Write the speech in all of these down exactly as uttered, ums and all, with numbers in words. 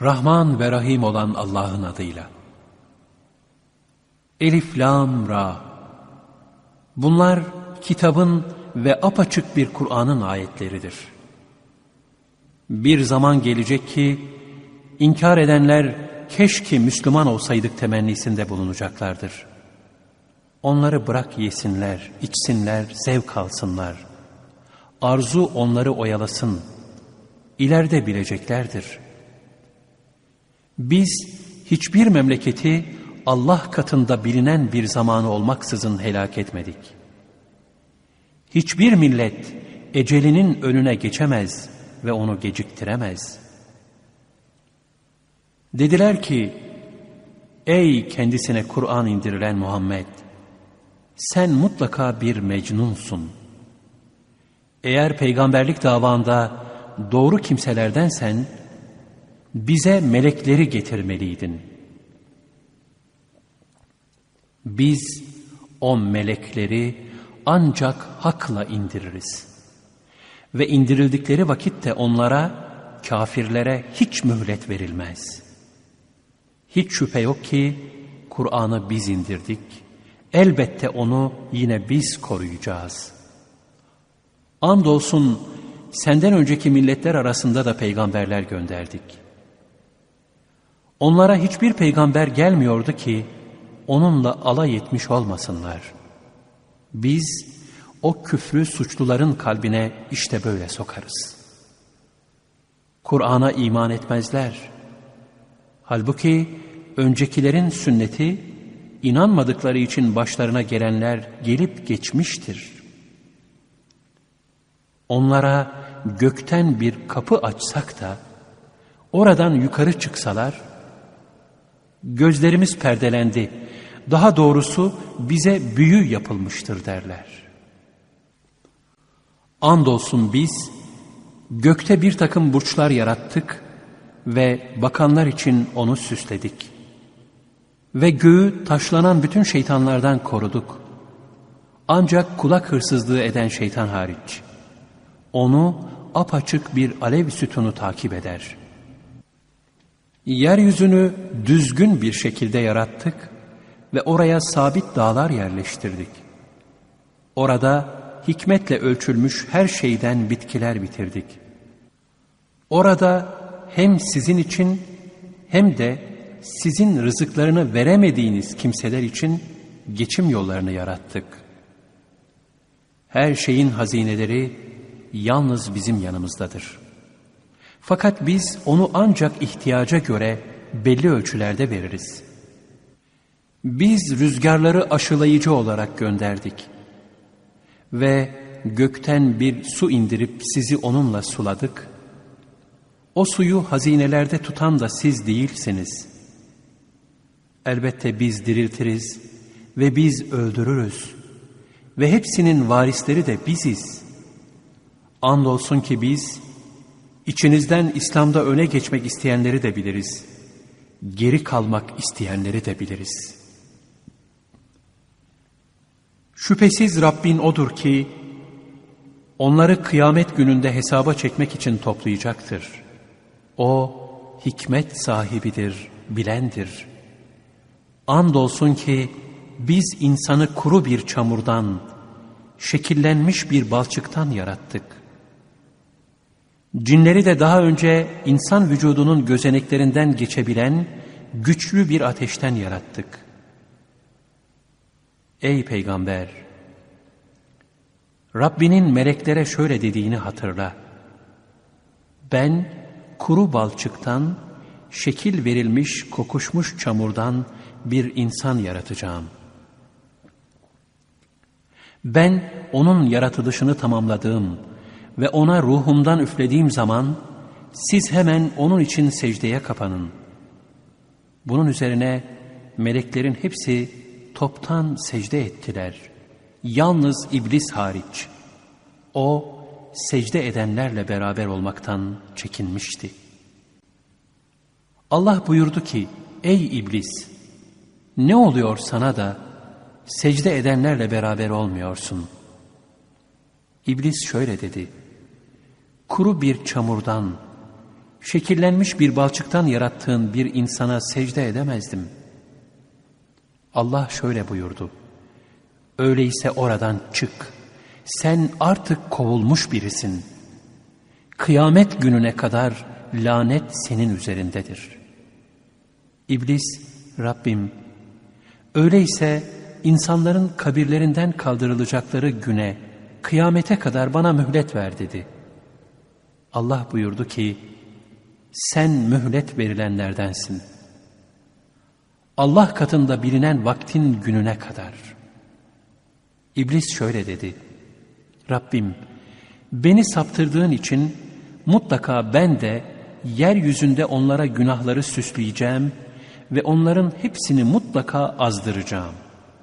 Rahman ve Rahim olan Allah'ın adıyla. Elif, Lam, Ra. Bunlar kitabın ve apaçık bir Kur'an'ın ayetleridir. Bir zaman gelecek ki, inkar edenler keşke Müslüman olsaydık temennisinde bulunacaklardır. Onları bırak yesinler, içsinler, zevk alsınlar. Arzu onları oyalasın. İleride bileceklerdir. Biz hiçbir memleketi Allah katında bilinen bir zamanı olmaksızın helak etmedik. Hiçbir millet ecelinin önüne geçemez ve onu geciktiremez. Dediler ki, ey kendisine Kur'an indirilen Muhammed, sen mutlaka bir mecnunsun. Eğer peygamberlik davanda doğru kimselerdensen, bize melekleri getirmeliydin. Biz o melekleri ancak hakla indiririz. Ve indirildikleri vakitte onlara, kafirlere hiç mühlet verilmez. Hiç şüphe yok ki Kur'an'ı biz indirdik. Elbette onu yine biz koruyacağız. Andolsun senden önceki milletler arasında da peygamberler gönderdik. Onlara hiçbir peygamber gelmiyordu ki onunla alay etmiş olmasınlar. Biz o küfrü suçluların kalbine işte böyle sokarız. Kur'an'a iman etmezler. Halbuki öncekilerin sünneti, inanmadıkları için başlarına gelenler gelip geçmiştir. Onlara gökten bir kapı açsak da, oradan yukarı çıksalar, gözlerimiz perdelendi, daha doğrusu bize büyü yapılmıştır derler. Andolsun biz, gökte bir takım burçlar yarattık ve bakanlar için onu süsledik. Ve göğü taşlanan bütün şeytanlardan koruduk. Ancak kulak hırsızlığı eden şeytan hariç. Onu apaçık bir alev sütunu takip eder. Yeryüzünü düzgün bir şekilde yarattık ve oraya sabit dağlar yerleştirdik. Orada hikmetle ölçülmüş her şeyden bitkiler bitirdik. Orada hem sizin için hem de sizin rızıklarını veremediğiniz kimseler için geçim yollarını yarattık. Her şeyin hazineleri yalnız bizim yanımızdadır. Fakat biz onu ancak ihtiyaca göre belli ölçülerde veririz. Biz rüzgarları aşılayıcı olarak gönderdik. Ve gökten bir su indirip sizi onunla suladık. O suyu hazinelerde tutan da siz değilsiniz. Elbette biz diriltiriz ve biz öldürürüz. Ve hepsinin varisleri de biziz. Andolsun ki biz, içinizden İslam'da öne geçmek isteyenleri de biliriz. Geri kalmak isteyenleri de biliriz. Şüphesiz Rabbin odur ki, onları kıyamet gününde hesaba çekmek için toplayacaktır. O, hikmet sahibidir, bilendir. Andolsun ki, biz insanı kuru bir çamurdan, şekillenmiş bir balçıktan yarattık. Cinleri de daha önce insan vücudunun gözeneklerinden geçebilen güçlü bir ateşten yarattık. Ey Peygamber! Rabbinin meleklere şöyle dediğini hatırla. Ben kuru balçıktan, şekil verilmiş kokuşmuş çamurdan bir insan yaratacağım. Ben onun yaratılışını tamamladığım ve ona ruhumdan üflediğim zaman siz hemen onun için secdeye kapanın. Bunun üzerine meleklerin hepsi toptan secde ettiler. Yalnız iblis hariç. O secde edenlerle beraber olmaktan çekinmişti. Allah buyurdu ki, ey iblis, ne oluyor sana da secde edenlerle beraber olmuyorsun? İblis şöyle dedi, kuru bir çamurdan, şekillenmiş bir balçıktan yarattığın bir insana secde edemezdim. Allah şöyle buyurdu: öyleyse oradan çık. Sen artık kovulmuş birisin. Kıyamet gününe kadar lanet senin üzerindedir. İblis, Rabbim, öyleyse insanların kabirlerinden kaldırılacakları güne, kıyamete kadar bana mühlet ver dedi. Allah buyurdu ki, sen mühlet verilenlerdensin. Allah katında bilinen vaktin gününe kadar. İblis şöyle dedi: Rabbim, beni saptırdığın için mutlaka ben de yeryüzünde onlara günahları süsleyeceğim ve onların hepsini mutlaka azdıracağım.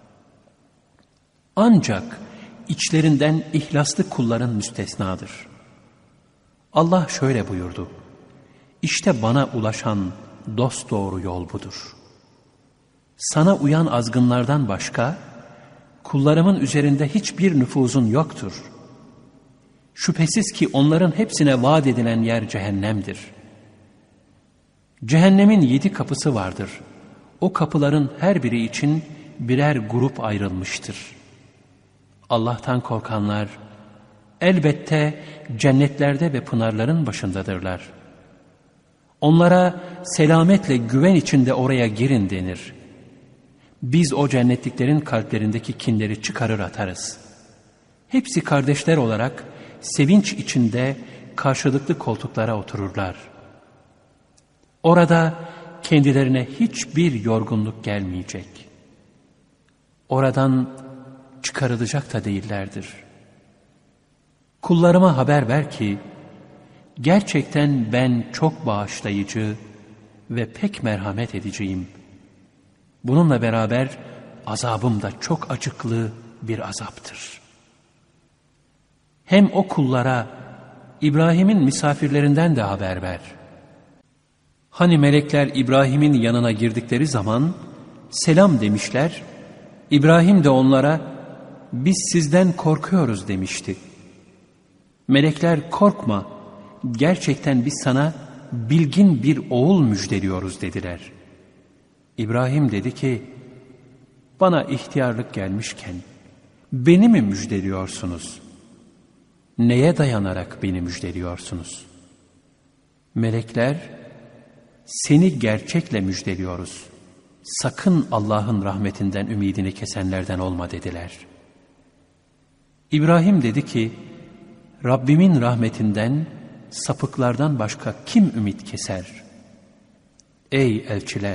Ancak içlerinden ihlaslı kulların müstesnadır. Allah şöyle buyurdu: İşte bana ulaşan dosdoğru yol budur. Sana uyan azgınlardan başka kullarımın üzerinde hiçbir nüfuzun yoktur. Şüphesiz ki onların hepsine vaat edilen yer cehennemdir. Cehennemin yedi kapısı vardır. O kapıların her biri için birer grup ayrılmıştır. Allah'tan korkanlar elbette cennetlerde ve pınarların başındadırlar. Onlara selametle güven içinde oraya girin denir. Biz o cennetliklerin kalplerindeki kinleri çıkarır atarız. Hepsi kardeşler olarak sevinç içinde karşılıklı koltuklara otururlar. Orada kendilerine hiçbir yorgunluk gelmeyecek. Oradan çıkarılacak da değillerdir. Kullarıma haber ver ki, gerçekten ben çok bağışlayıcı ve pek merhamet ediciyim. Bununla beraber azabım da çok acıklı bir azaptır. Hem o kullara İbrahim'in misafirlerinden de haber ver. Hani melekler İbrahim'in yanına girdikleri zaman selam demişler, İbrahim de onlara biz sizden korkuyoruz demişti. Melekler korkma, gerçekten biz sana bilgin bir oğul müjdeliyoruz dediler. İbrahim dedi ki, bana ihtiyarlık gelmişken beni mi müjdeliyorsunuz? Neye dayanarak beni müjdeliyorsunuz? Melekler, seni gerçekle müjdeliyoruz. Sakın Allah'ın rahmetinden ümidini kesenlerden olma dediler. İbrahim dedi ki, Rabbimin rahmetinden, sapıklardan başka kim ümit keser? Ey elçiler!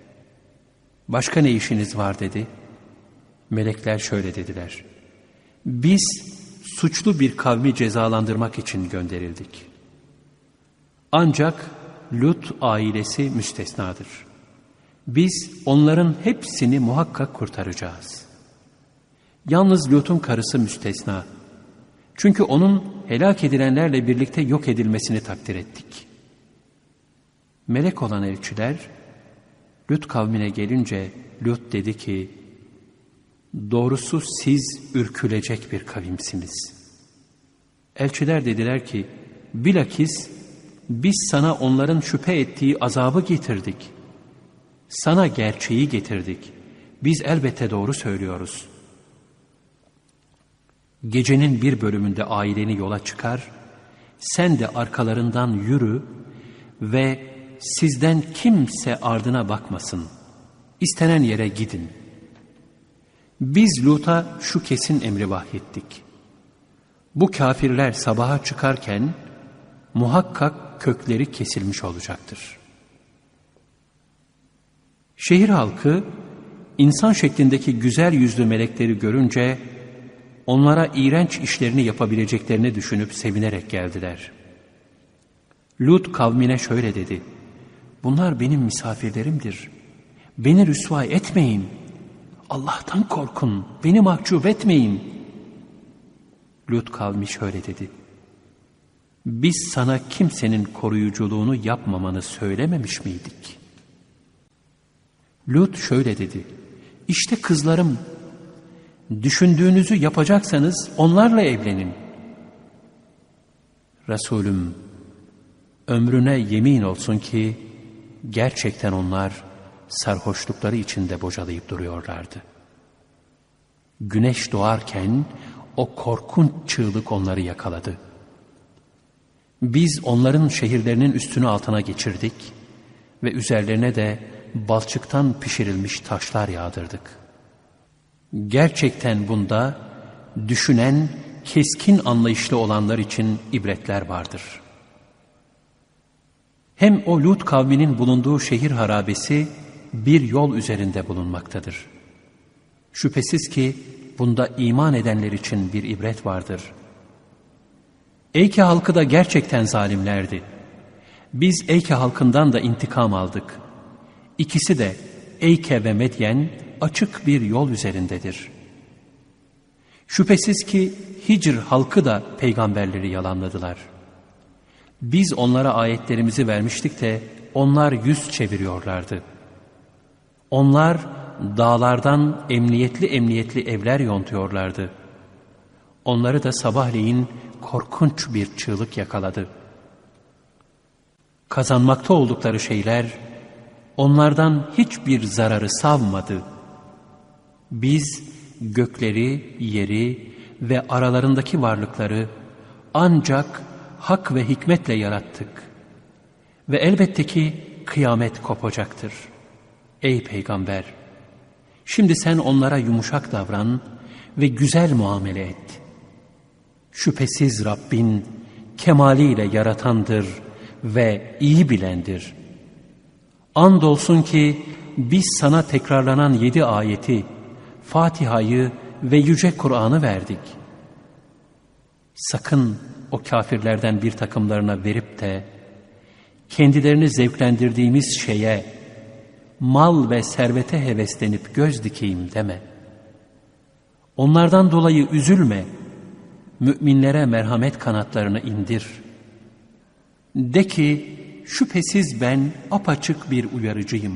Başka ne işiniz var dedi. Melekler şöyle dediler: biz suçlu bir kavmi cezalandırmak için gönderildik. Ancak Lut ailesi müstesnadır. Biz onların hepsini muhakkak kurtaracağız. Yalnız Lut'un karısı müstesna. Çünkü onun helak edilenlerle birlikte yok edilmesini takdir ettik. Melek olan elçiler Lut kavmine gelince Lut dedi ki, doğrusu siz ürkülecek bir kavimsiniz. Elçiler dediler ki, bilakis biz sana onların şüphe ettiği azabı getirdik. Sana gerçeği getirdik. Biz elbette doğru söylüyoruz. Gecenin bir bölümünde aileni yola çıkar, sen de arkalarından yürü ve sizden kimse ardına bakmasın. İstenen yere gidin. Biz Lut'a şu kesin emri vahyettik. Bu kafirler sabaha çıkarken muhakkak kökleri kesilmiş olacaktır. Şehir halkı insan şeklindeki güzel yüzlü melekleri görünce onlara iğrenç işlerini yapabileceklerini düşünüp sevinerek geldiler. Lut kavmine şöyle dedi: bunlar benim misafirlerimdir. Beni rüsva etmeyin. Allah'tan korkun. Beni mahcup etmeyin. Lut kavmi şöyle dedi: biz sana kimsenin koruyuculuğunu yapmamanı söylememiş miydik? Lut şöyle dedi: İşte kızlarım. Düşündüğünüzü yapacaksanız onlarla evlenin. Resulüm, ömrüne yemin olsun ki gerçekten onlar sarhoşlukları içinde bocalayıp duruyorlardı. Güneş doğarken o korkunç çığlık onları yakaladı. Biz onların şehirlerinin üstünü altına geçirdik ve üzerlerine de balçıktan pişirilmiş taşlar yağdırdık. Gerçekten bunda düşünen, keskin anlayışlı olanlar için ibretler vardır. Hem o Lut kavminin bulunduğu şehir harabesi bir yol üzerinde bulunmaktadır. Şüphesiz ki bunda iman edenler için bir ibret vardır. Eyke halkı da gerçekten zalimlerdi. Biz Eyke halkından da intikam aldık. İkisi de Eyke ve Medyen açık bir yol üzerindedir. Şüphesiz ki Hicr halkı da peygamberleri yalanladılar. Biz onlara ayetlerimizi vermiştik de onlar yüz çeviriyorlardı. Onlar dağlardan emniyetli emniyetli evler yontuyorlardı. Onları da sabahleyin korkunç bir çığlık yakaladı. Kazanmakta oldukları şeyler onlardan hiçbir zararı savmadı. Biz gökleri, yeri ve aralarındaki varlıkları ancak hak ve hikmetle yarattık. Ve elbette ki kıyamet kopacaktır. Ey Peygamber! Şimdi sen onlara yumuşak davran ve güzel muamele et. Şüphesiz Rabbin kemaliyle yaratandır ve iyi bilendir. Andolsun ki biz sana tekrarlanan yedi ayeti, Fatiha'yı ve Yüce Kur'an'ı verdik. Sakın o kafirlerden bir takımlarına verip de kendilerini zevklendirdiğimiz şeye, mal ve servete heveslenip göz dikeyim deme. Onlardan dolayı üzülme, müminlere merhamet kanatlarını indir. De ki, şüphesiz ben apaçık bir uyarıcıyım.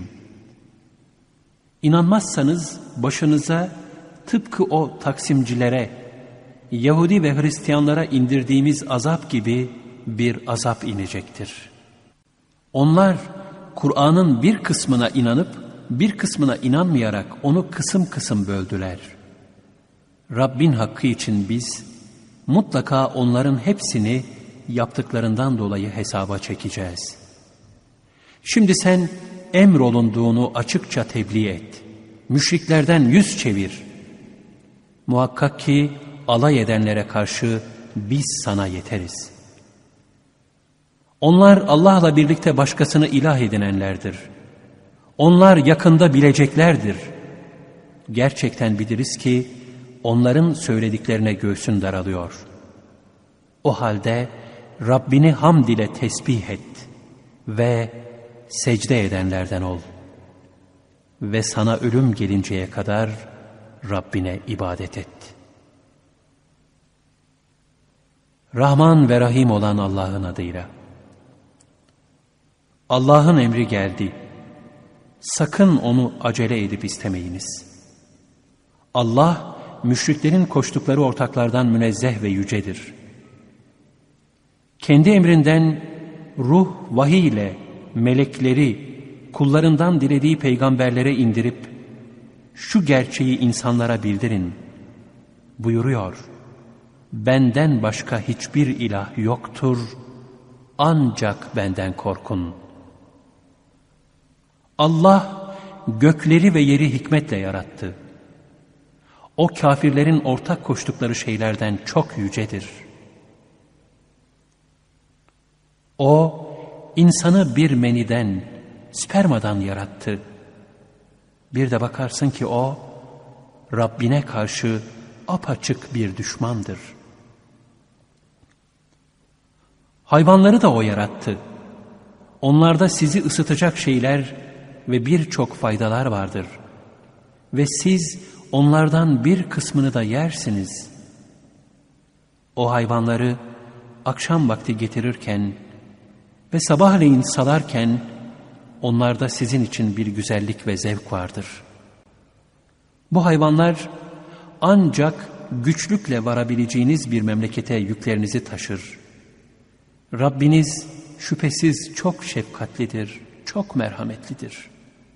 İnanmazsanız başınıza tıpkı o taksimcilere, Yahudi ve Hristiyanlara indirdiğimiz azap gibi bir azap inecektir. Onlar Kur'an'ın bir kısmına inanıp bir kısmına inanmayarak onu kısım kısım böldüler. Rabbin hakkı için biz mutlaka onların hepsini yaptıklarından dolayı hesaba çekeceğiz. Şimdi sen emrolunduğunu açıkça tebliğ et. Müşriklerden yüz çevir. Muhakkak ki alay edenlere karşı biz sana yeteriz. Onlar Allah'la birlikte başkasını ilah edinenlerdir. Onlar yakında bileceklerdir. Gerçekten biliriz ki onların söylediklerine göğsün daralıyor. O halde Rabbini hamd ile tesbih et ve secde edenlerden ol. Ve sana ölüm gelinceye kadar Rabbine ibadet et. Rahman ve Rahim olan Allah'ın adıyla. Allah'ın emri geldi. Sakın onu acele edip istemeyiniz. Allah, müşriklerin koştukları ortaklardan münezzeh ve yücedir. Kendi emrinden ruh, vahiy ile melekleri kullarından dilediği peygamberlere indirip şu gerçeği insanlara bildirin buyuruyor. Benden başka hiçbir ilah yoktur, ancak benden korkun. Allah gökleri ve yeri hikmetle yarattı. O kafirlerin ortak koştukları şeylerden çok yücedir. O insanı bir meniden, spermadan yarattı. Bir de bakarsın ki o Rabbine karşı apaçık bir düşmandır. Hayvanları da o yarattı. Onlarda sizi ısıtacak şeyler ve birçok faydalar vardır. Ve siz onlardan bir kısmını da yersiniz. O hayvanları akşam vakti getirirken ve sabahleyin salarken onlarda sizin için bir güzellik ve zevk vardır. Bu hayvanlar ancak güçlükle varabileceğiniz bir memlekete yüklerinizi taşır. Rabbiniz şüphesiz çok şefkatlidir, çok merhametlidir.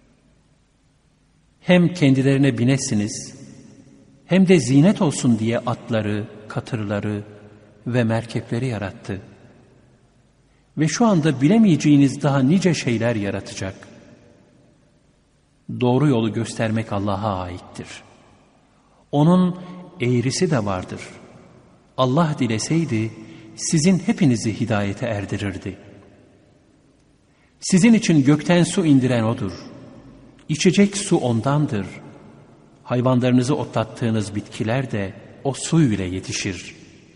Hem kendilerine binesiniz, hem de zinet olsun diye atları, katırları ve merkepleri yarattı. Ve şu anda bilemeyeceğiniz daha nice şeyler yaratacak. Doğru yolu göstermek Allah'a aittir. Onun eğrisi de vardır. Allah dileseydi sizin hepinizi hidayete erdirirdi. Sizin için gökten su indiren O'dur. İçecek su O'ndandır. Hayvanlarınızı otlattığınız bitkiler de o su ile yetişir.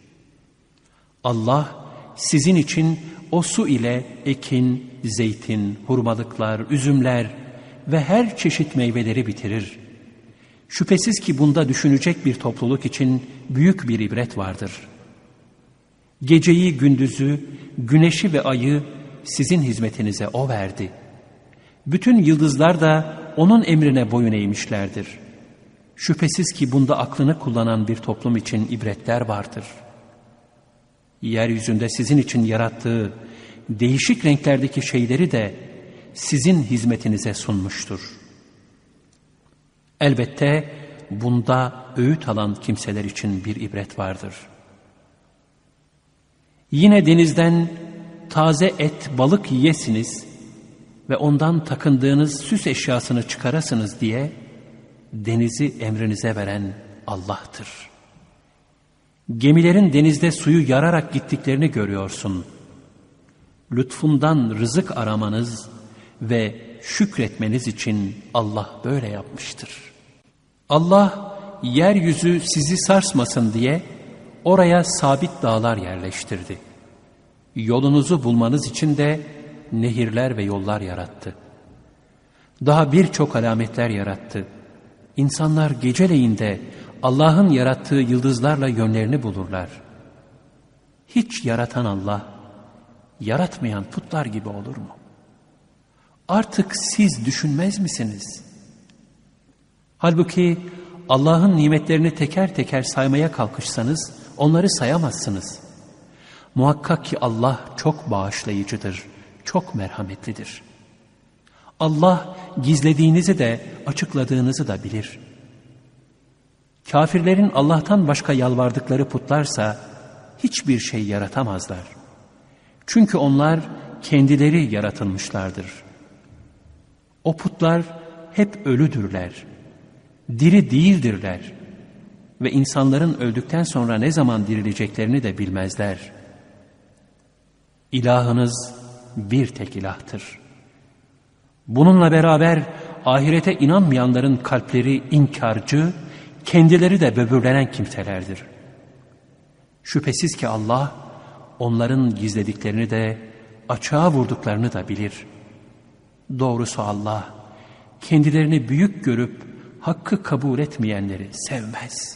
Allah sizin için o su ile ekin, zeytin, hurmalıklar, üzümler ve her çeşit meyveleri bitirir. Şüphesiz ki bunda düşünecek bir topluluk için büyük bir ibret vardır. Geceyi, gündüzü, güneşi ve ayı sizin hizmetinize O verdi. Bütün yıldızlar da O'nun emrine boyun eğmişlerdir. Şüphesiz ki bunda aklını kullanan bir toplum için ibretler vardır. Yeryüzünde sizin için yarattığı değişik renklerdeki şeyleri de sizin hizmetinize sunmuştur. Elbette bunda öğüt alan kimseler için bir ibret vardır. Yine denizden taze et, balık yiyesiniz ve ondan takındığınız süs eşyasını çıkarasınız diye denizi emrinize veren Allah'tır. Gemilerin denizde suyu yararak gittiklerini görüyorsun. Lütfundan rızık aramanız ve şükretmeniz için Allah böyle yapmıştır. Allah yeryüzü sizi sarsmasın diye oraya sabit dağlar yerleştirdi. Yolunuzu bulmanız için de nehirler ve yollar yarattı. Daha birçok alametler yarattı. İnsanlar geceleyin de Allah'ın yarattığı yıldızlarla yönlerini bulurlar. Hiç yaratan Allah, yaratmayan putlar gibi olur mu? Artık siz düşünmez misiniz? Halbuki Allah'ın nimetlerini teker teker saymaya kalkışsanız onları sayamazsınız. Muhakkak ki Allah çok bağışlayıcıdır, çok merhametlidir. Allah gizlediğinizi de açıkladığınızı da bilir. Kafirlerin Allah'tan başka yalvardıkları putlarsa hiçbir şey yaratamazlar. Çünkü onlar kendileri yaratılmışlardır. O putlar hep ölüdürler, diri değildirler ve insanların öldükten sonra ne zaman dirileceklerini de bilmezler. İlahınız bir tek ilahtır. Bununla beraber ahirete inanmayanların kalpleri inkarcı, kendileri de böbürlenen kimselerdir. Şüphesiz ki Allah onların gizlediklerini de açığa vurduklarını da bilir. Doğrusu Allah kendilerini büyük görüp hakkı kabul etmeyenleri sevmez.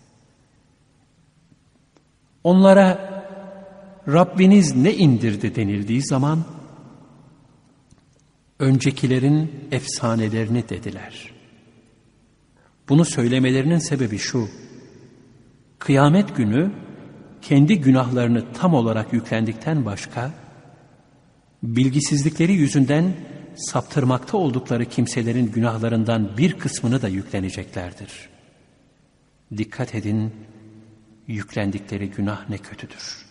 Onlara Rabbiniz ne indirdi denildiği zaman öncekilerin efsanelerini dediler. Bunu söylemelerinin sebebi şu: kıyamet günü kendi günahlarını tam olarak yüklendikten başka bilgisizlikleri yüzünden saptırmakta oldukları kimselerin günahlarından bir kısmını da yükleneceklerdir. Dikkat edin, yüklendikleri günah ne kötüdür.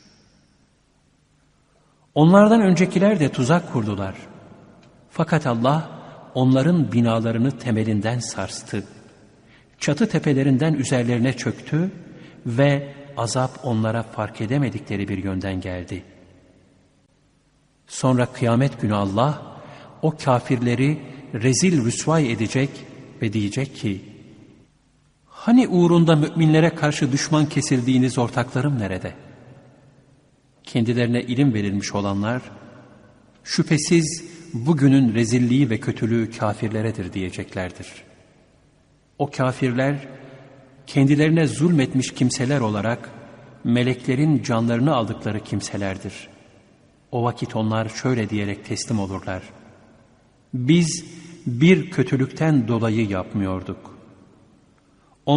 Onlardan öncekiler de tuzak kurdular. Fakat Allah onların binalarını temelinden sarstı. Çatı tepelerinden üzerlerine çöktü ve azap onlara fark edemedikleri bir yönden geldi. Sonra kıyamet günü Allah o kafirleri rezil rüsvay edecek ve diyecek ki: hani uğrunda müminlere karşı düşman kesildiğiniz ortaklarım nerede? Kendilerine ilim verilmiş olanlar, şüphesiz bugünün rezilliği ve kötülüğü kafirleredir diyeceklerdir. O kafirler kendilerine zulmetmiş kimseler olarak meleklerin canlarını aldıkları kimselerdir. O vakit onlar şöyle diyerek teslim olurlar: biz bir kötülükten dolayı yapmıyorduk.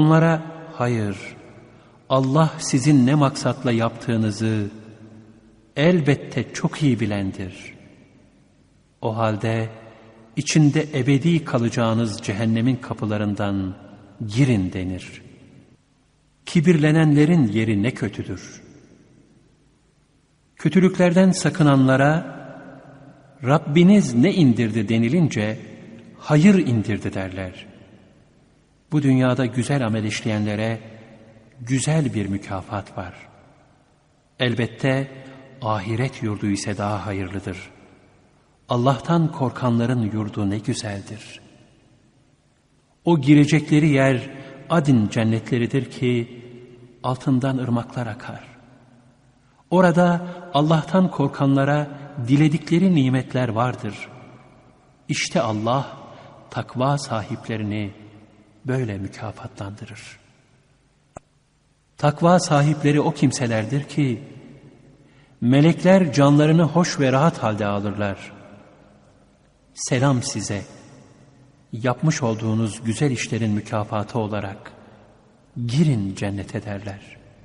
Onlara hayır, Allah sizin ne maksatla yaptığınızı elbette çok iyi bilendir. O halde içinde ebedi kalacağınız cehennemin kapılarından girin denir. Kibirlenenlerin yeri ne kötüdür. Kötülüklerden sakınanlara Rabbiniz ne indirdi denilince hayır indirdi derler. Bu dünyada güzel amel işleyenlere güzel bir mükafat var. Elbette ahiret yurdu ise daha hayırlıdır. Allah'tan korkanların yurdu ne güzeldir. O girecekleri yer Adin cennetleridir ki altından ırmaklar akar. Orada Allah'tan korkanlara diledikleri nimetler vardır. İşte Allah takva sahiplerini böyle mükafatlandırır. Takva sahipleri o kimselerdir ki melekler canlarını hoş ve rahat halde alırlar. Selam size, yapmış olduğunuz güzel işlerin mükafatı olarak girin cennete derler.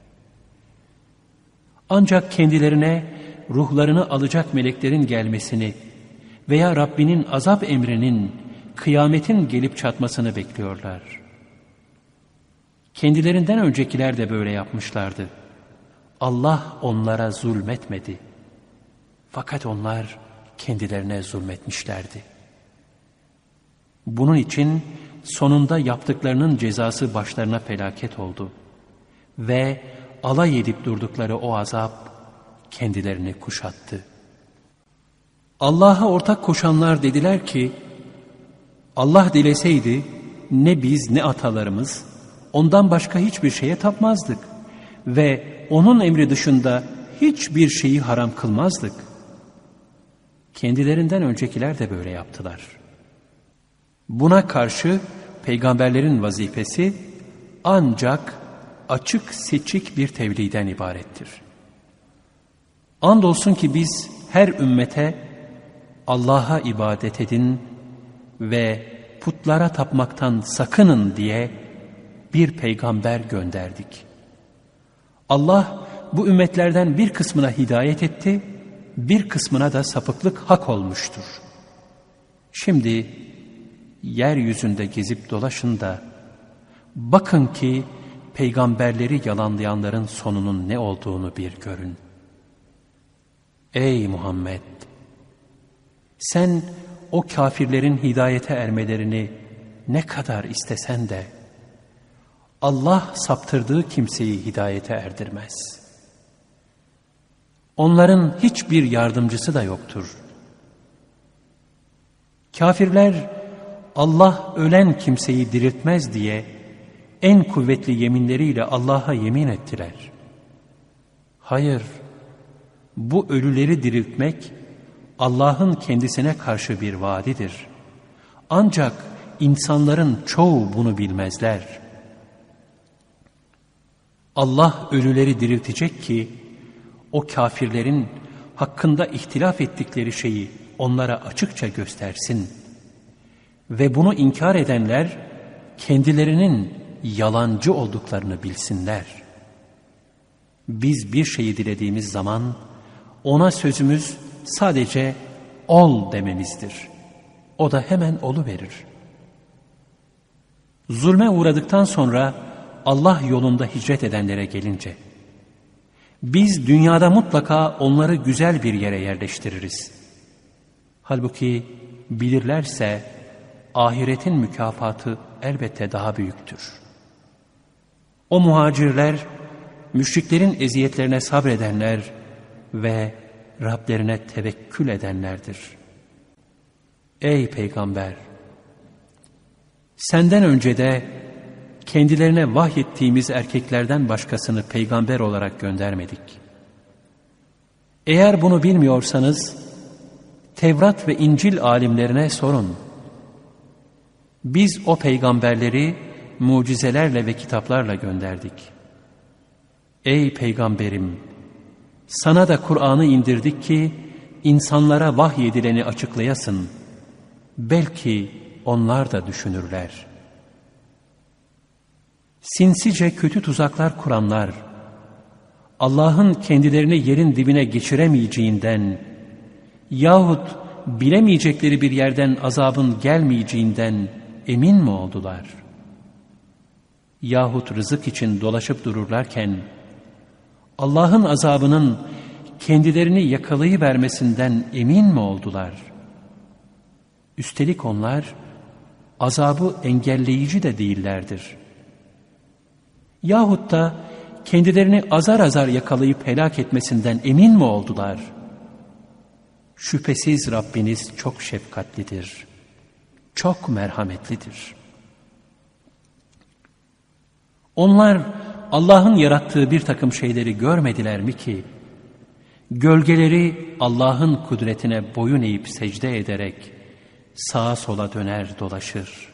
Ancak kendilerine ruhlarını alacak meleklerin gelmesini veya Rabbinin azap emrinin, kıyametin gelip çatmasını bekliyorlar. Kendilerinden öncekiler de böyle yapmışlardı. Allah onlara zulmetmedi. Fakat onlar kendilerine zulmetmişlerdi. Bunun için sonunda yaptıklarının cezası başlarına felaket oldu. Ve alay edip durdukları o azap kendilerini kuşattı. Allah'a ortak koşanlar dediler ki, Allah dileseydi ne biz ne atalarımız ondan başka hiçbir şeye tapmazdık ve onun emri dışında hiçbir şeyi haram kılmazdık. Kendilerinden öncekiler de böyle yaptılar. Buna karşı peygamberlerin vazifesi ancak açık seçik bir tebliğden ibarettir. Andolsun ki biz her ümmete Allah'a ibadet edin ve putlara tapmaktan sakının diye bir peygamber gönderdik. Allah bu ümmetlerden bir kısmına hidayet etti, bir kısmına da sapıklık hak olmuştur. Şimdi yeryüzünde gezip dolaşın da bakın ki peygamberleri yalanlayanların sonunun ne olduğunu bir görün. Ey Muhammed! Sen o kafirlerin hidayete ermelerini ne kadar istesen de Allah saptırdığı kimseyi hidayete erdirmez. Onların hiçbir yardımcısı da yoktur. Kafirler Allah ölen kimseyi diriltmez diye en kuvvetli yeminleriyle Allah'a yemin ettiler. Hayır, bu ölüleri diriltmek Allah'ın kendisine karşı bir vaadidir. Ancak insanların çoğu bunu bilmezler. Allah ölüleri diriltecek ki o kafirlerin hakkında ihtilaf ettikleri şeyi onlara açıkça göstersin. Ve bunu inkar edenler kendilerinin yalancı olduklarını bilsinler. Biz bir şeyi dilediğimiz zaman ona sözümüz sadece ol dememizdir. O da hemen oluverir. Zulme uğradıktan sonra Allah yolunda hicret edenlere gelince, biz dünyada mutlaka onları güzel bir yere yerleştiririz. Halbuki bilirlerse ahiretin mükafatı elbette daha büyüktür. O muhacirler, müşriklerin eziyetlerine sabredenler ve Rablerine tevekkül edenlerdir. Ey Peygamber! Senden önce de kendilerine vahyettiğimiz erkeklerden başkasını peygamber olarak göndermedik. Eğer bunu bilmiyorsanız Tevrat ve İncil alimlerine sorun. Biz o peygamberleri mucizelerle ve kitaplarla gönderdik. Ey Peygamberim! Sana da Kur'an'ı indirdik ki insanlara vahyedileni açıklayasın. Belki onlar da düşünürler. Sinsice kötü tuzaklar kuranlar, Allah'ın kendilerini yerin dibine geçiremeyeceğinden yahut bilemeyecekleri bir yerden azabın gelmeyeceğinden emin mi oldular? Yahut rızık için dolaşıp dururlarken Allah'ın azabının kendilerini yakalayıvermesinden emin mi oldular? Üstelik onlar azabı engelleyici de değillerdir. Yahut da kendilerini azar azar yakalayıp helak etmesinden emin mi oldular? Şüphesiz Rabbiniz çok şefkatlidir, çok merhametlidir. Onlar Allah'ın yarattığı bir takım şeyleri görmediler mi ki, gölgeleri Allah'ın kudretine boyun eğip secde ederek sağa sola döner dolaşır.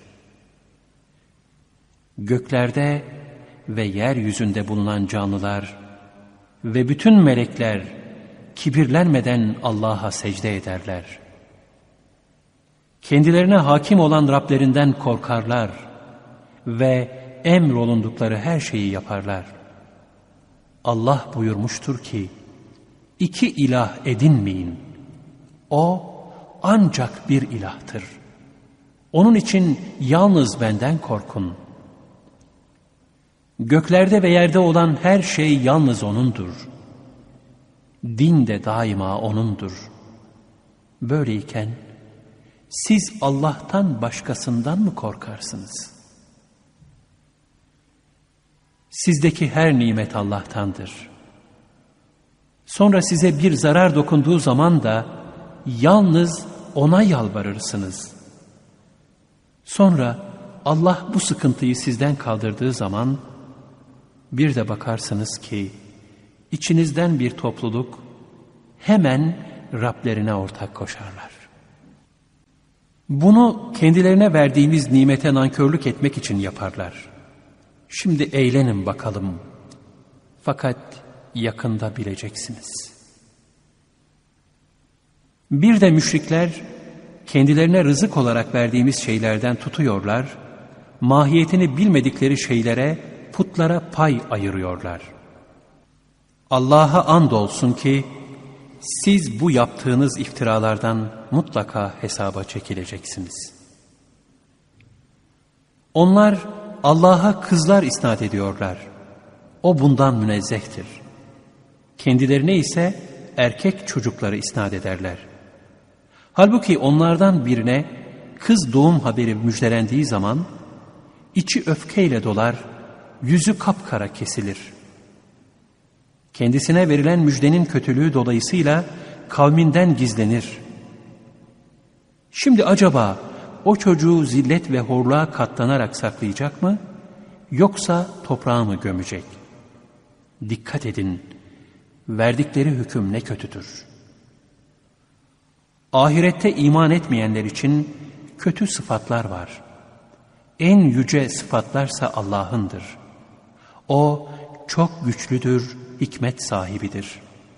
Göklerde ve yeryüzünde bulunan canlılar ve bütün melekler kibirlenmeden Allah'a secde ederler. Kendilerine hakim olan Rablerinden korkarlar ve emrolundukları her şeyi yaparlar. Allah buyurmuştur ki, İki ilah edinmeyin. O ancak bir ilahtır. Onun için yalnız benden korkun. Göklerde ve yerde olan her şey yalnız O'nundur. Din de daima O'nundur. Böyleyken siz Allah'tan başkasından mı korkarsınız? Sizdeki her nimet Allah'tandır. Sonra size bir zarar dokunduğu zaman da yalnız O'na yalvarırsınız. Sonra Allah bu sıkıntıyı sizden kaldırdığı zaman bir de bakarsınız ki içinizden bir topluluk hemen Rablerine ortak koşarlar. Bunu kendilerine verdiğimiz nimete nankörlük etmek için yaparlar. Şimdi eğlenin bakalım. Fakat yakında bileceksiniz. Bir de müşrikler kendilerine rızık olarak verdiğimiz şeylerden tutuyorlar, mahiyetini bilmedikleri şeylere, putlara pay ayırıyorlar. Allah'a andolsun ki siz bu yaptığınız iftiralardan mutlaka hesaba çekileceksiniz. Onlar Allah'a kızlar isnat ediyorlar. O bundan münezzehtir. Kendilerine ise erkek çocukları isnat ederler. Halbuki onlardan birine kız doğum haberi müjdelendiği zaman içi öfkeyle dolar, yüzü kapkara kesilir. Kendisine verilen müjdenin kötülüğü dolayısıyla kavminden gizlenir. Şimdi acaba o çocuğu zillet ve horluğa katlanarak saklayacak mı, yoksa toprağa mı gömecek? Dikkat edin, verdikleri hüküm ne kötüdür. Ahirette iman etmeyenler için kötü sıfatlar var. En yüce sıfatlarsa Allah'ındır. O çok güçlüdür, hikmet sahibidir.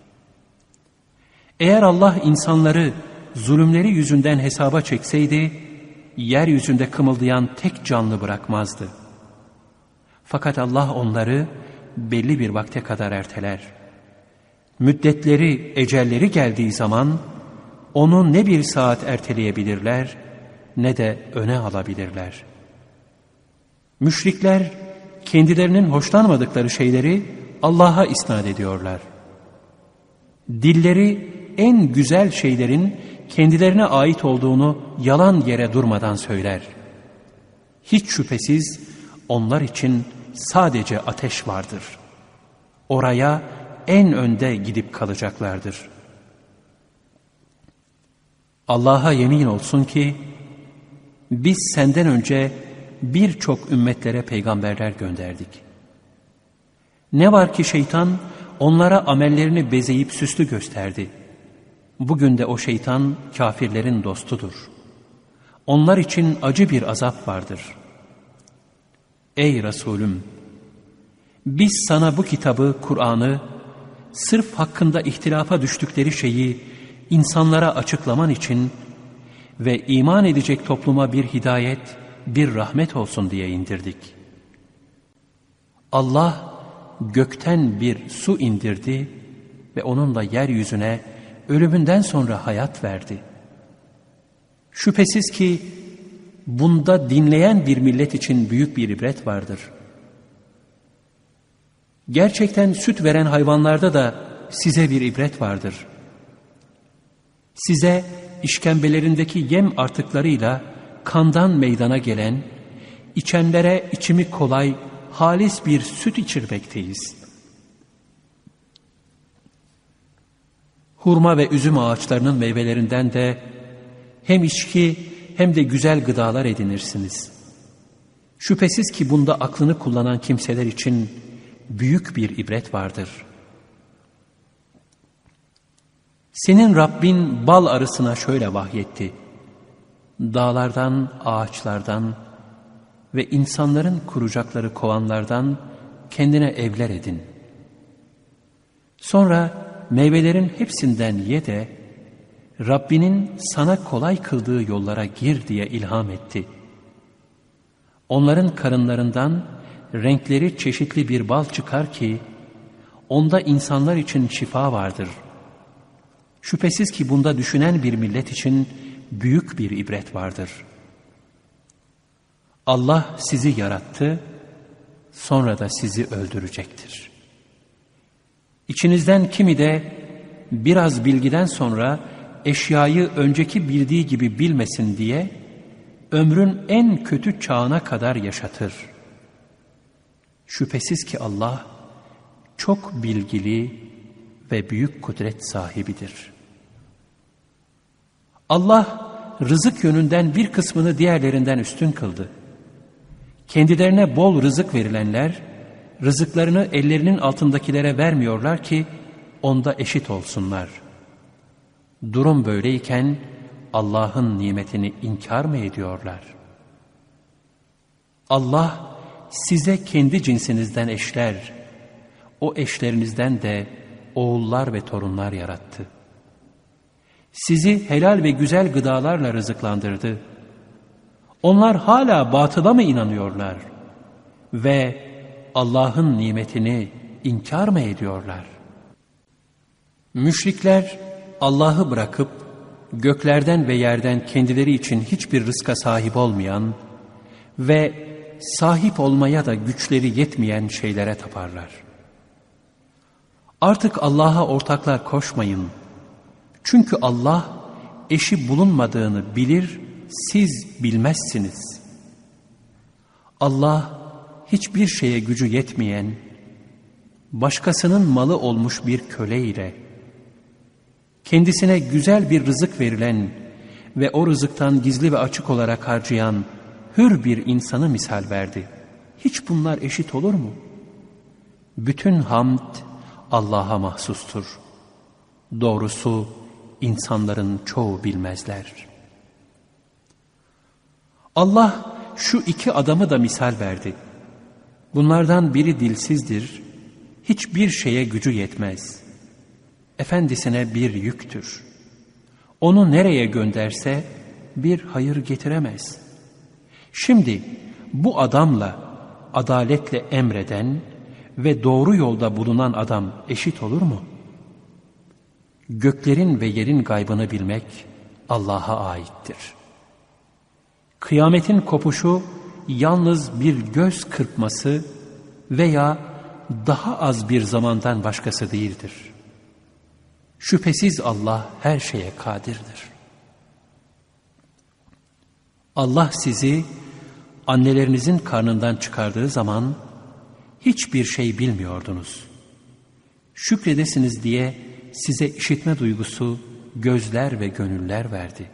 Eğer Allah insanları zulümleri yüzünden hesaba çekseydi, yeryüzünde kımıldayan tek canlı bırakmazdı. Fakat Allah onları belli bir vakte kadar erteler. Müddetleri, ecelleri geldiği zaman onu ne bir saat erteleyebilirler ne de öne alabilirler. Müşrikler kendilerinin hoşlanmadıkları şeyleri Allah'a isnat ediyorlar. Dilleri en güzel şeylerin kendilerine ait olduğunu yalan yere durmadan söyler. Hiç şüphesiz onlar için sadece ateş vardır. Oraya en önde gidip kalacaklardır. Allah'a yemin olsun ki biz senden önce birçok ümmetlere peygamberler gönderdik. Ne var ki şeytan onlara amellerini bezeyip süslü gösterdi. Bugün de o şeytan kafirlerin dostudur. Onlar için acı bir azap vardır. Ey Resulüm! Biz sana bu kitabı, Kur'an'ı, sırf hakkında ihtilafa düştükleri şeyi insanlara açıklaman için ve iman edecek topluma bir hidayet, bir rahmet olsun diye indirdik. Allah gökten bir su indirdi ve onunla yeryüzüne ölümünden sonra hayat verdi. Şüphesiz ki bunda dinleyen bir millet için büyük bir ibret vardır. Gerçekten süt veren hayvanlarda da size bir ibret vardır. Size işkembelerindeki yem artıklarıyla kandan meydana gelen, içenlere içimi kolay, halis bir süt içirmekteyiz. Hurma ve üzüm ağaçlarının meyvelerinden de hem içki hem de güzel gıdalar edinirsiniz. Şüphesiz ki bunda aklını kullanan kimseler için büyük bir ibret vardır. Senin Rabbin bal arısına şöyle vahyetti: dağlardan, ağaçlardan ve insanların kuracakları kovanlardan kendine evler edin. Sonra meyvelerin hepsinden ye de Rabbinin sana kolay kıldığı yollara gir diye ilham etti. Onların karınlarından renkleri çeşitli bir bal çıkar ki onda insanlar için şifa vardır. Şüphesiz ki bunda düşünen bir millet için büyük bir ibret vardır. Allah sizi yarattı, sonra da sizi öldürecektir. İçinizden kimi de biraz bilgiden sonra eşyayı önceki bildiği gibi bilmesin diye ömrün en kötü çağına kadar yaşatır. Şüphesiz ki Allah çok bilgili ve büyük kudret sahibidir. Allah rızık yönünden bir kısmını diğerlerinden üstün kıldı. Kendilerine bol rızık verilenler rızıklarını ellerinin altındakilere vermiyorlar ki onda eşit olsunlar. Durum böyleyken Allah'ın nimetini inkar mı ediyorlar? Allah size kendi cinsinizden eşler, o eşlerinizden de oğullar ve torunlar yarattı. Sizi helal ve güzel gıdalarla rızıklandırdı. Onlar hala batıla mı inanıyorlar? Ve Allah'ın nimetini inkar mı ediyorlar? Müşrikler Allah'ı bırakıp göklerden ve yerden kendileri için hiçbir rızka sahip olmayan ve sahip olmaya da güçleri yetmeyen şeylere taparlar. Artık Allah'a ortaklar koşmayın. Çünkü Allah eşi bulunmadığını bilir, siz bilmezsiniz. Allah hiçbir şeye gücü yetmeyen, başkasının malı olmuş bir köle ile, kendisine güzel bir rızık verilen ve o rızıktan gizli ve açık olarak harcayan hür bir insanı misal verdi. Hiç bunlar eşit olur mu? Bütün hamd Allah'a mahsustur. Doğrusu insanların çoğu bilmezler. Allah şu iki adamı da misal verdi. Bunlardan biri dilsizdir, hiçbir şeye gücü yetmez. Efendisine bir yüktür. Onu nereye gönderse bir hayır getiremez. Şimdi bu adamla adaletle emreden ve doğru yolda bulunan adam eşit olur mu? Göklerin ve yerin gaybını bilmek Allah'a aittir. Kıyametin kopuşu yalnız bir göz kırpması veya daha az bir zamandan başkası değildir. Şüphesiz Allah her şeye kadirdir. Allah sizi annelerinizin karnından çıkardığı zaman hiçbir şey bilmiyordunuz. Şükredesiniz diye size işitme duygusu, gözler ve gönüller verdi.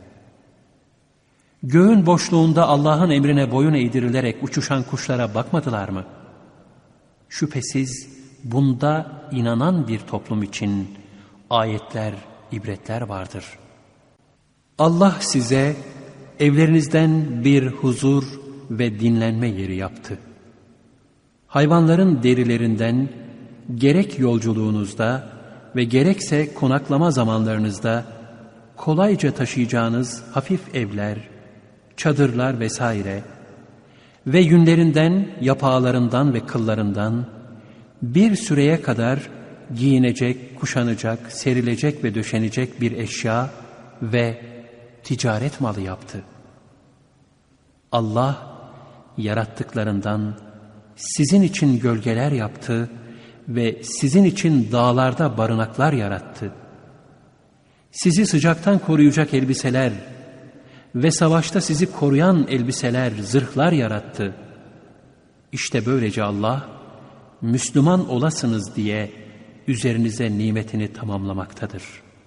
Göğün boşluğunda Allah'ın emrine boyun eğdirilerek uçuşan kuşlara bakmadılar mı? Şüphesiz bunda inanan bir toplum için ayetler, ibretler vardır. Allah size evlerinizden bir huzur ve dinlenme yeri yaptı. Hayvanların derilerinden gerek yolculuğunuzda ve gerekse konaklama zamanlarınızda kolayca taşıyacağınız hafif evler, çadırlar vesaire ve yünlerinden, yapağlarından ve kıllarından bir süreye kadar giyinecek, kuşanacak, serilecek ve döşenecek bir eşya ve ticaret malı yaptı. Allah yarattıklarından sizin için gölgeler yaptı ve sizin için dağlarda barınaklar yarattı. Sizi sıcaktan koruyacak elbiseler ve savaşta sizi koruyan elbiseler, zırhlar yarattı. İşte böylece Allah, Müslüman olasınız diye üzerinize nimetini tamamlamaktadır.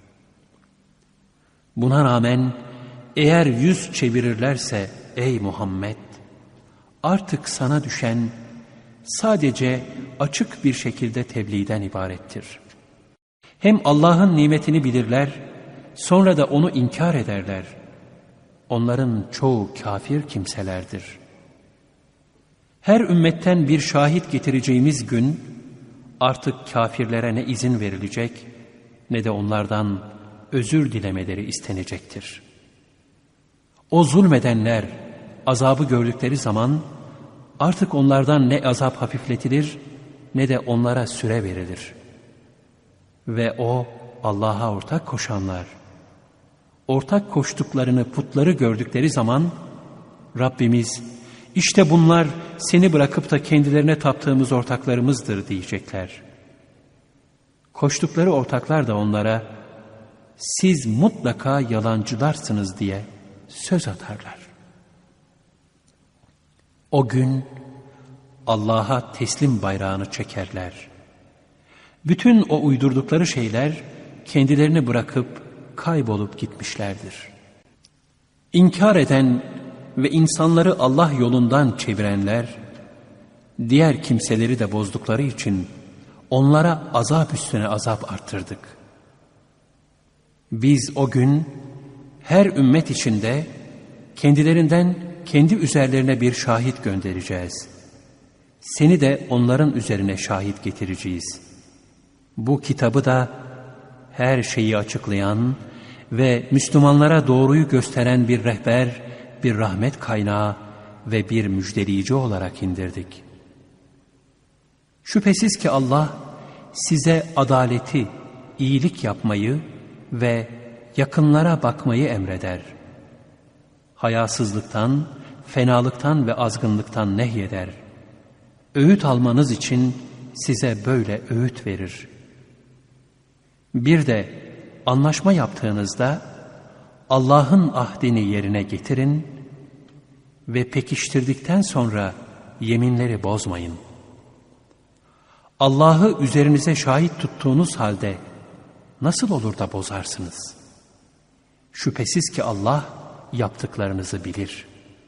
Buna rağmen eğer yüz çevirirlerse ey Muhammed, artık sana düşen sadece açık bir şekilde tebliğden ibarettir. Hem Allah'ın nimetini bilirler, sonra da onu inkar ederler. Onların çoğu kafir kimselerdir. Her ümmetten bir şahit getireceğimiz gün, artık kafirlere ne izin verilecek, ne de onlardan özür dilemeleri istenecektir. O zulmedenler azabı gördükleri zaman, artık onlardan ne azap hafifletilir, ne de onlara süre verilir. Ve o Allah'a ortak koşanlar, ortak koştuklarını putları gördükleri zaman, Rabbimiz, işte bunlar seni bırakıp da kendilerine taptığımız ortaklarımızdır diyecekler. Koştukları ortaklar da onlara, siz mutlaka yalancılarsınız diye söz atarlar. O gün Allah'a teslim bayrağını çekerler. Bütün o uydurdukları şeyler kendilerini bırakıp kaybolup gitmişlerdir. İnkar eden ve insanları Allah yolundan çevirenler, diğer kimseleri de bozdukları için onlara azap üstüne azap arttırdık. Biz o gün her ümmet içinde kendilerinden kendi üzerlerine bir şahit göndereceğiz. Seni de onların üzerine şahit getireceğiz. Bu kitabı da her şeyi açıklayan ve Müslümanlara doğruyu gösteren bir rehber, bir rahmet kaynağı ve bir müjdeleyici olarak indirdik. Şüphesiz ki Allah size adaleti, iyilik yapmayı ve yakınlara bakmayı emreder. Hayasızlıktan, fenalıktan ve azgınlıktan nehyeder. Öğüt almanız için size böyle öğüt verir. Bir de anlaşma yaptığınızda Allah'ın ahdini yerine getirin ve pekiştirdikten sonra yeminleri bozmayın. Allah'ı üzerinize şahit tuttuğunuz halde nasıl olur da bozarsınız? Şüphesiz ki Allah yaptıklarınızı bilir.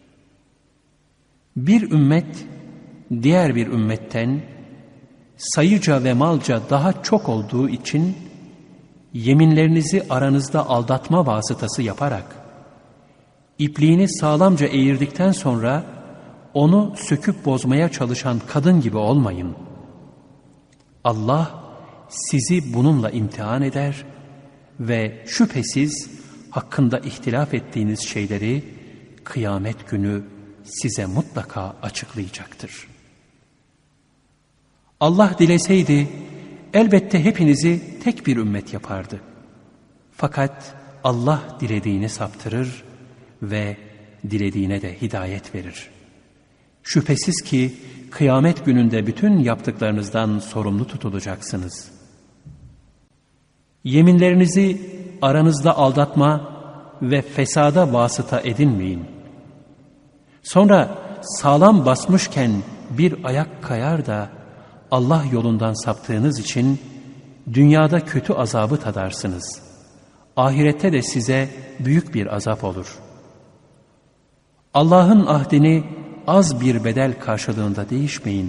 Bir ümmet diğer bir ümmetten sayıca ve malca daha çok olduğu için yeminlerinizi aranızda aldatma vasıtası yaparak ipliğini sağlamca eğirdikten sonra onu söküp bozmaya çalışan kadın gibi olmayın. Allah sizi bununla imtihan eder ve şüphesiz hakkında ihtilaf ettiğiniz şeyleri kıyamet günü size mutlaka açıklayacaktır. Allah dileseydi elbette hepinizi tek bir ümmet yapardı. Fakat Allah dilediğini saptırır ve dilediğine de hidayet verir. Şüphesiz ki kıyamet gününde bütün yaptıklarınızdan sorumlu tutulacaksınız. Yeminlerinizi aranızda aldatma ve fesada vasıta edinmeyin. Sonra sağlam basmışken bir ayak kayar da Allah yolundan saptığınız için dünyada kötü azabı tadarsınız. Ahirette de size büyük bir azap olur. Allah'ın ahdini az bir bedel karşılığında değişmeyin.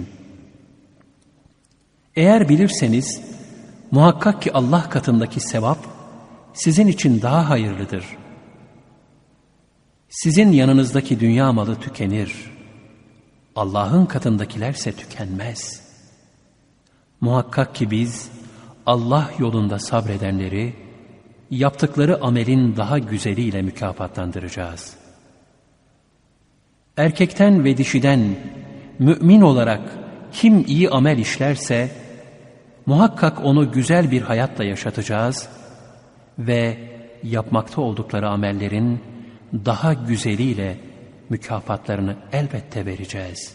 Eğer bilirseniz muhakkak ki Allah katındaki sevap sizin için daha hayırlıdır. Sizin yanınızdaki dünya malı tükenir. Allah'ın katındakilerse tükenmez. Muhakkak ki biz Allah yolunda sabredenleri yaptıkları amelin daha güzeliyle mükafatlandıracağız. Erkekten ve dişiden mümin olarak kim iyi amel işlerse muhakkak onu güzel bir hayatla yaşatacağız ve yapmakta oldukları amellerin daha güzeliyle mükafatlarını elbette vereceğiz.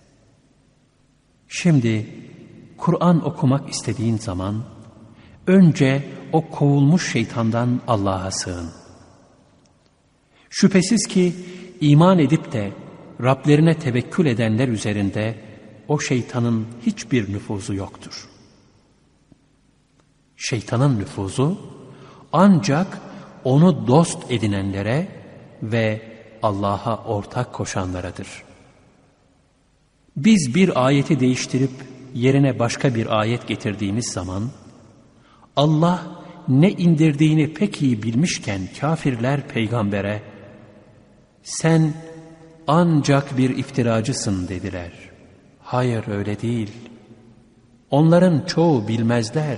Şimdi Kur'an okumak istediğin zaman önce o kovulmuş şeytandan Allah'a sığın. Şüphesiz ki iman edip de Rablerine tevekkül edenler üzerinde o şeytanın hiçbir nüfuzu yoktur. Şeytanın nüfuzu ancak onu dost edinenlere ve Allah'a ortak koşanlaradır. Biz bir ayeti değiştirip yerine başka bir ayet getirdiğimiz zaman Allah ne indirdiğini pek iyi bilmişken kafirler peygambere sen ancak bir iftiracısın dediler. Hayır öyle değil. Onların çoğu bilmezler.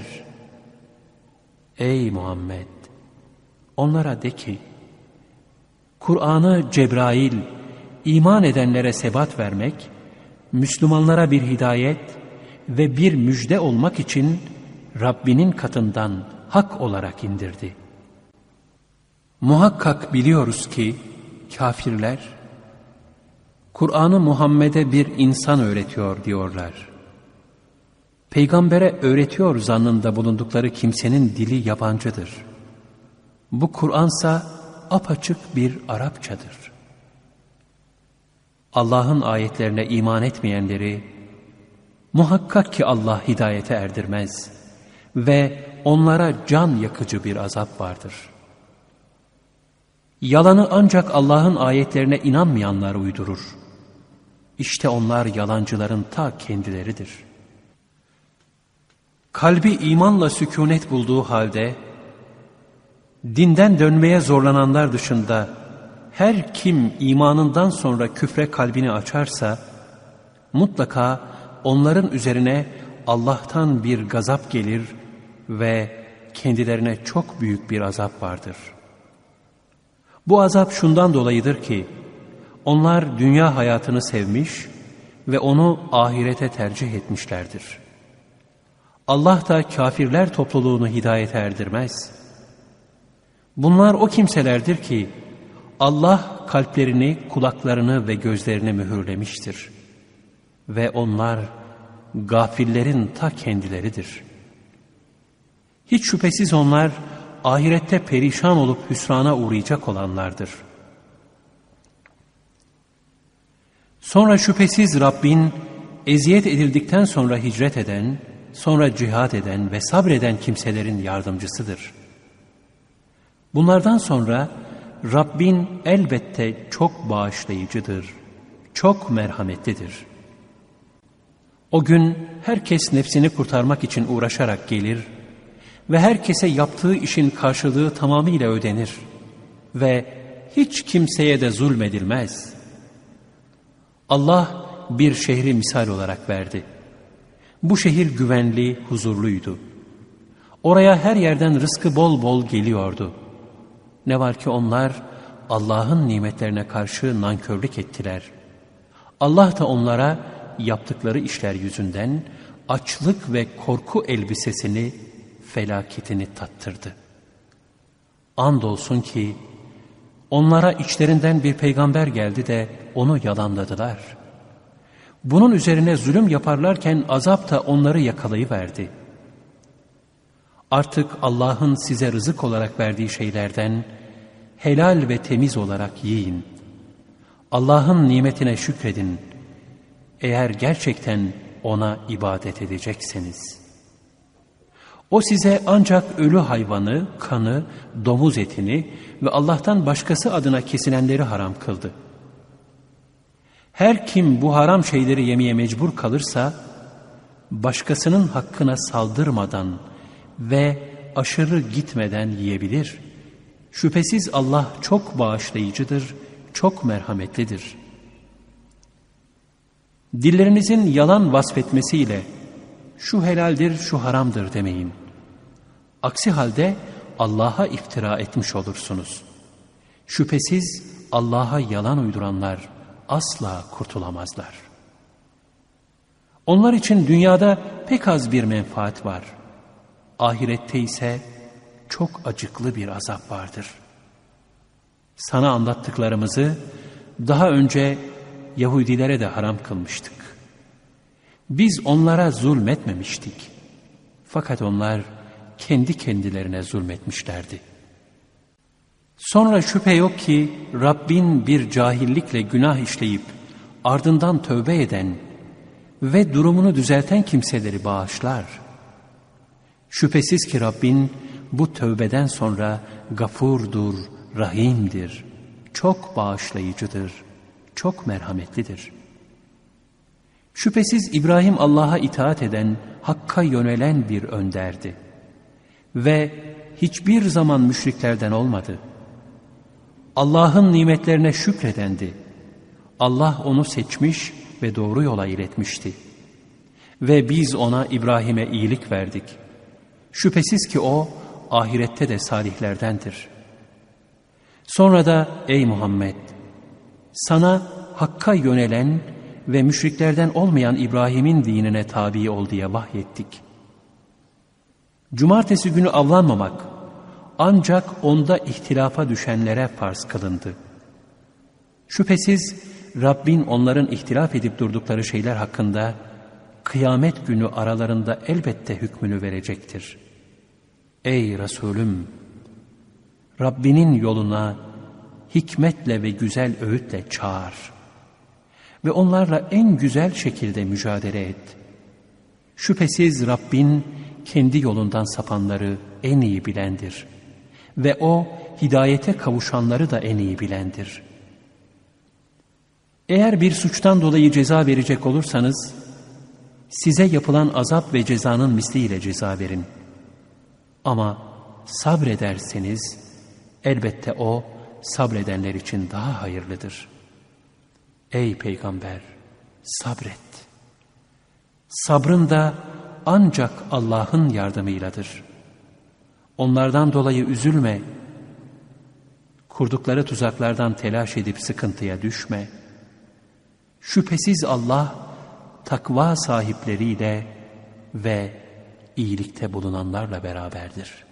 Ey Muhammed! Onlara de ki, Kur'an'ı Cebrail, iman edenlere sebat vermek, Müslümanlara bir hidayet ve bir müjde olmak için Rabbinin katından hak olarak indirdi. Muhakkak biliyoruz ki kafirler, Kur'an'ı Muhammed'e bir insan öğretiyor diyorlar. Peygambere öğretiyor zannında bulundukları kimsenin dili yabancıdır. Bu Kur'ansa apaçık bir Arapçadır. Allah'ın ayetlerine iman etmeyenleri muhakkak ki Allah hidayete erdirmez ve onlara can yakıcı bir azap vardır. Yalanı ancak Allah'ın ayetlerine inanmayanlar uydurur. İşte onlar yalancıların ta kendileridir. Kalbi imanla sükûnet bulduğu halde dinden dönmeye zorlananlar dışında her kim imanından sonra küfre kalbini açarsa mutlaka onların üzerine Allah'tan bir gazap gelir ve kendilerine çok büyük bir azap vardır. Bu azap şundan dolayıdır ki onlar dünya hayatını sevmiş ve onu ahirete tercih etmişlerdir. Allah da kafirler topluluğunu hidayete erdirmez. Bunlar o kimselerdir ki Allah kalplerini, kulaklarını ve gözlerini mühürlemiştir. Ve onlar gafillerin ta kendileridir. Hiç şüphesiz onlar ahirette perişan olup hüsrana uğrayacak olanlardır. Sonra şüphesiz Rabbin eziyet edildikten sonra hicret eden, sonra cihad eden ve sabreden kimselerin yardımcısıdır. Bunlardan sonra Rabbin elbette çok bağışlayıcıdır, çok merhametlidir. O gün herkes nefsini kurtarmak için uğraşarak gelir ve herkese yaptığı işin karşılığı tamamıyla ödenir ve hiç kimseye de zulmedilmez. Allah bir şehri misal olarak verdi. Bu şehir güvenli, huzurluydu. Oraya her yerden rızkı bol bol geliyordu. Ne var ki onlar Allah'ın nimetlerine karşı nankörlük ettiler. Allah da onlara yaptıkları işler yüzünden açlık ve korku elbisesini, felaketini tattırdı. Andolsun ki onlara içlerinden bir peygamber geldi de onu yalanladılar. Bunun üzerine zulüm yaparlarken azap da onları yakalayıverdi. Artık Allah'ın size rızık olarak verdiği şeylerden helal ve temiz olarak yiyin. Allah'ın nimetine şükredin. Eğer gerçekten ona ibadet edecekseniz. O size ancak ölü hayvanı, kanı, domuz etini ve Allah'tan başkası adına kesilenleri haram kıldı. Her kim bu haram şeyleri yemeye mecbur kalırsa, başkasının hakkına saldırmadan ve aşırı gitmeden yiyebilir. Şüphesiz Allah çok bağışlayıcıdır, çok merhametlidir. Dillerinizin yalan vasfetmesiyle şu helaldir, şu haramdır demeyin. Aksi halde Allah'a iftira etmiş olursunuz. Şüphesiz Allah'a yalan uyduranlar asla kurtulamazlar. Onlar için dünyada pek az bir menfaat var. Ahirette ise çok acıklı bir azap vardır. Sana anlattıklarımızı daha önce Yahudilere de haram kılmıştık. Biz onlara zulmetmemiştik. Fakat onlar kendi kendilerine zulmetmişlerdi. Sonra şüphe yok ki Rabbin bir cahillikle günah işleyip ardından tövbe eden ve durumunu düzelten kimseleri bağışlar. Şüphesiz ki Rabbin bu tövbeden sonra gafurdur, rahimdir, çok bağışlayıcıdır, çok merhametlidir. Şüphesiz İbrahim Allah'a itaat eden, Hakk'a yönelen bir önderdi. Ve hiçbir zaman müşriklerden olmadı. Allah'ın nimetlerine şükredendi. Allah onu seçmiş ve doğru yola iletmişti. Ve biz ona İbrahim'e iyilik verdik. Şüphesiz ki o ahirette de salihlerdendir. Sonra da ey Muhammed, sana Hakk'a yönelen ve müşriklerden olmayan İbrahim'in dinine tabi ol diye vahyettik. Cumartesi günü avlanmamak ancak onda ihtilafa düşenlere farz kılındı. Şüphesiz Rabbin onların ihtilaf edip durdukları şeyler hakkında kıyamet günü aralarında elbette hükmünü verecektir. Ey Resulüm! Rabbinin yoluna hikmetle ve güzel öğütle çağır ve onlarla en güzel şekilde mücadele et. Şüphesiz Rabbin kendi yolundan sapanları en iyi bilendir ve o hidayete kavuşanları da en iyi bilendir. Eğer bir suçtan dolayı ceza verecek olursanız size yapılan azap ve cezanın misliyle ceza verin. Ama sabrederseniz elbette o sabredenler için daha hayırlıdır. Ey Peygamber, sabret. Sabrın da ancak Allah'ın yardımıyladır. Onlardan dolayı üzülme. Kurdukları tuzaklardan telaş edip sıkıntıya düşme. Şüphesiz Allah takva sahipleriyle ve iyilikte bulunanlarla beraberdir.